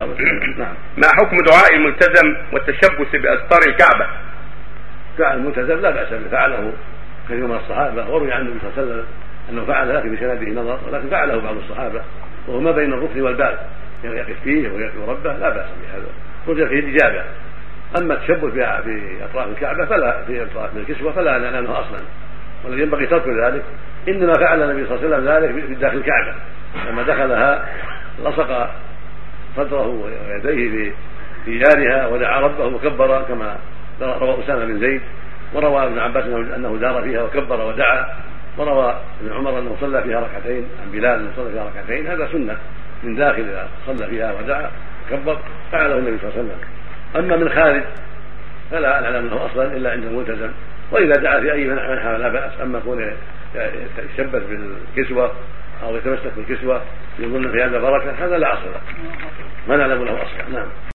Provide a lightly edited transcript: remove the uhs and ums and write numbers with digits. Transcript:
نعم. ما حكم دعاء الملتزم والتشبث بأستار الكعبة؟ دعاء الملتزم لا بأس به، فعله كثير من الصحابة، وروي عن النبي صلى الله عليه وسلم أنه فعل، لكن بسنده نظر، ولكن فعله بعض الصحابة، وهو ما بين الركن والباب، يعني يقف فيه ويدعو ربه، لا بأس بهذا، رجع فيه الإجابة. أما التشبث بأطراف الكعبة فلا، في أطراف الكسوة فلا نعلمه أصلا، والذي ينبغي ترك ذلك. إنما فعل النبي صلى الله عليه وسلم ذلك في داخل الكعبة، لما دخلها لصق صدره ويديه بإيارها ودعا ربه وكبر، كما روى أسامة بن زيد، وروى ابن عباس أنه دار فيها وكبر ودعا، وروى ابن عمر أنه صلى فيها ركعتين، عن بلال أنه صلى فيها ركعتين. هذا سنة من داخل، إذا صلى فيها ودعا وكبر فعله النبي صلى الله عليه وسلم. أما من خارج فلا نعلم له أصلا إلا عند الملتزم، وإذا دعا في أي منحى لا بأس. أما كونه يتشبث بالكسوة أو يتمسك بالكسوة يظن في هذا بركة، هذا لا أصل له، ما نعلم له أصلا. نعم.